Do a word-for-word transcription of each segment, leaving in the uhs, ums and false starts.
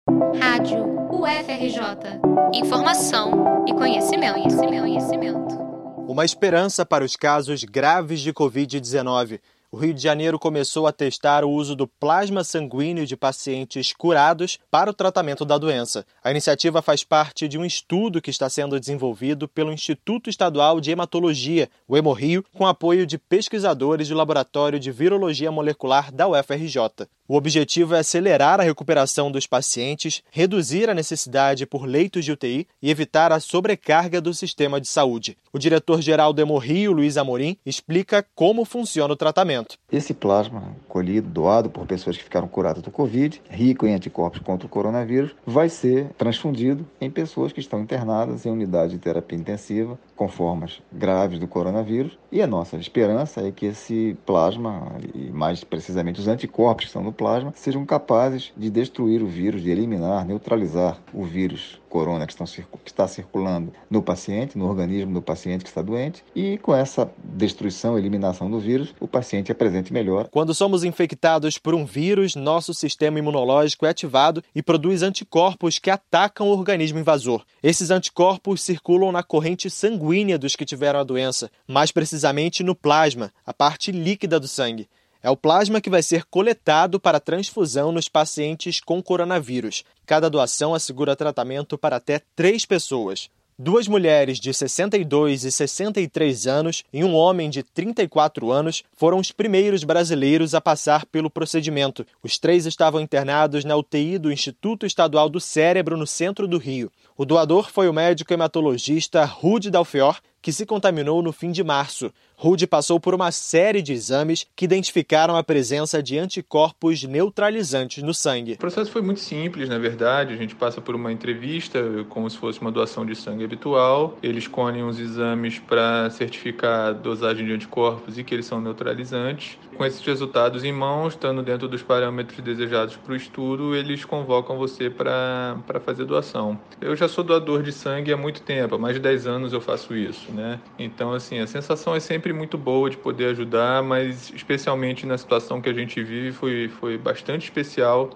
Rádio U F R J. Informação e conhecimento, conhecimento, conhecimento. Uma esperança para os casos graves de covid dezenove. O Rio de Janeiro começou a testar o uso do plasma sanguíneo de pacientes curados para o tratamento da doença. A iniciativa faz parte de um estudo que está sendo desenvolvido pelo Instituto Estadual de Hematologia, o Hemorrio, com apoio de pesquisadores do Laboratório de Virologia Molecular da U F R J. O objetivo é acelerar a recuperação dos pacientes, reduzir a necessidade por leitos de U T I e evitar a sobrecarga do sistema de saúde. O diretor-geral do Hemorrio, Luiz Amorim, explica como funciona o tratamento. Esse plasma colhido, doado por pessoas que ficaram curadas do Covid, rico em anticorpos contra o coronavírus, vai ser transfundido em pessoas que estão internadas em unidade de terapia intensiva com formas graves do coronavírus. E a nossa esperança é que esse plasma, e mais precisamente os anticorpos que estão no plasma, sejam capazes de destruir o vírus, de eliminar, neutralizar o vírus corona que, estão, que está circulando no paciente, no organismo do paciente que está doente, e com essa destruição, eliminação do vírus, o paciente apresente melhor. Quando somos infectados por um vírus, nosso sistema imunológico é ativado e produz anticorpos que atacam o organismo invasor. Esses anticorpos circulam na corrente sanguínea dos que tiveram a doença, mais precisamente no plasma, a parte líquida do sangue. É o plasma que vai ser coletado para transfusão nos pacientes com coronavírus. Cada doação assegura tratamento para até três pessoas. Duas mulheres de sessenta e dois e sessenta e três anos e um homem de trinta e quatro anos foram os primeiros brasileiros a passar pelo procedimento. Os três estavam internados na U T I do Instituto Estadual do Cérebro, no centro do Rio. O doador foi o médico hematologista Rudy Dalfior, que se contaminou no fim de março. Rudy passou por uma série de exames que identificaram a presença de anticorpos neutralizantes no sangue. O processo foi muito simples, na verdade. A gente passa por uma entrevista, como se fosse uma doação de sangue habitual. Eles colhem os exames para certificar a dosagem de anticorpos e que eles são neutralizantes. Com esses resultados em mãos, estando dentro dos parâmetros desejados para o estudo, eles convocam você para para fazer doação. Eu já sou doador de sangue há muito tempo, há mais de dez anos eu faço isso, né? Então, assim, a sensação é sempre muito boa de poder ajudar, mas especialmente na situação que a gente vive foi, foi bastante especial,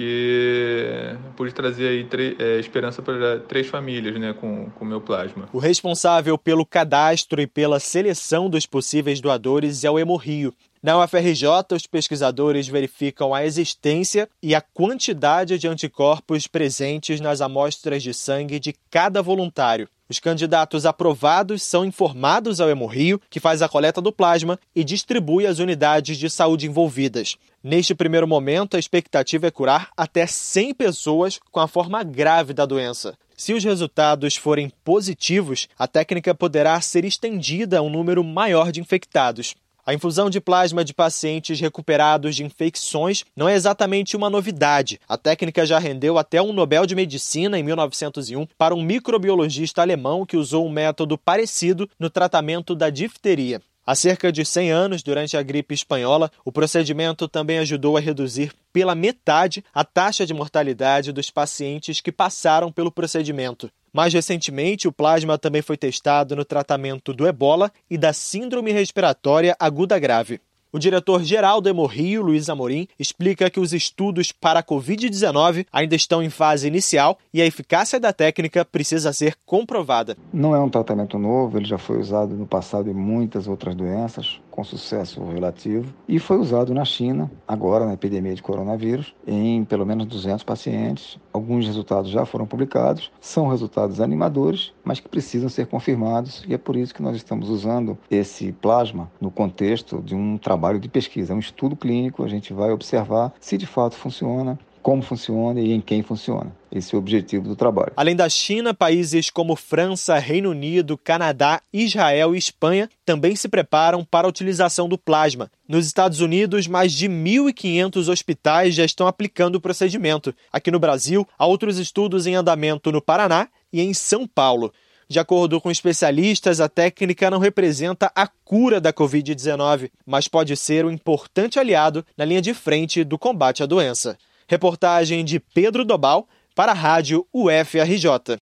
porque pude trazer aí tre- é, esperança para três famílias, né, com o meu plasma. O responsável pelo cadastro e pela seleção dos possíveis doadores é o Hemorrio. Na U F R J, os pesquisadores verificam a existência e a quantidade de anticorpos presentes nas amostras de sangue de cada voluntário. Os candidatos aprovados são informados ao Hemorrio, que faz a coleta do plasma e distribui às unidades de saúde envolvidas. Neste primeiro momento, a expectativa é curar até cem pessoas com a forma grave da doença. Se os resultados forem positivos, a técnica poderá ser estendida a um número maior de infectados. A infusão de plasma de pacientes recuperados de infecções não é exatamente uma novidade. A técnica já rendeu até um Nobel de Medicina em mil novecentos e um para um microbiologista alemão que usou um método parecido no tratamento da difteria. Há cerca de cem anos, durante a gripe espanhola, o procedimento também ajudou a reduzir pela metade a taxa de mortalidade dos pacientes que passaram pelo procedimento. Mais recentemente, o plasma também foi testado no tratamento do ebola e da síndrome respiratória aguda grave. O diretor-geral do Hemorrio, Luiz Amorim, explica que os estudos para a covid dezenove ainda estão em fase inicial e a eficácia da técnica precisa ser comprovada. Não é um tratamento novo, ele já foi usado no passado em muitas outras doenças, com sucesso relativo, e foi usado na China, agora na epidemia de coronavírus, em pelo menos duzentos pacientes. Alguns resultados já foram publicados, são resultados animadores, mas que precisam ser confirmados, e é por isso que nós estamos usando esse plasma no contexto de um trabalho de pesquisa, um estudo clínico. A gente vai observar se de fato funciona, como funciona e em quem funciona. Esse é o objetivo do trabalho. Além da China, países como França, Reino Unido, Canadá, Israel e Espanha também se preparam para a utilização do plasma. Nos Estados Unidos, mais de mil e quinhentos hospitais já estão aplicando o procedimento. Aqui no Brasil, há outros estudos em andamento no Paraná e em São Paulo. De acordo com especialistas, a técnica não representa a cura da covid dezenove, mas pode ser um importante aliado na linha de frente do combate à doença. Reportagem de Pedro Dobal para a Rádio U F R J.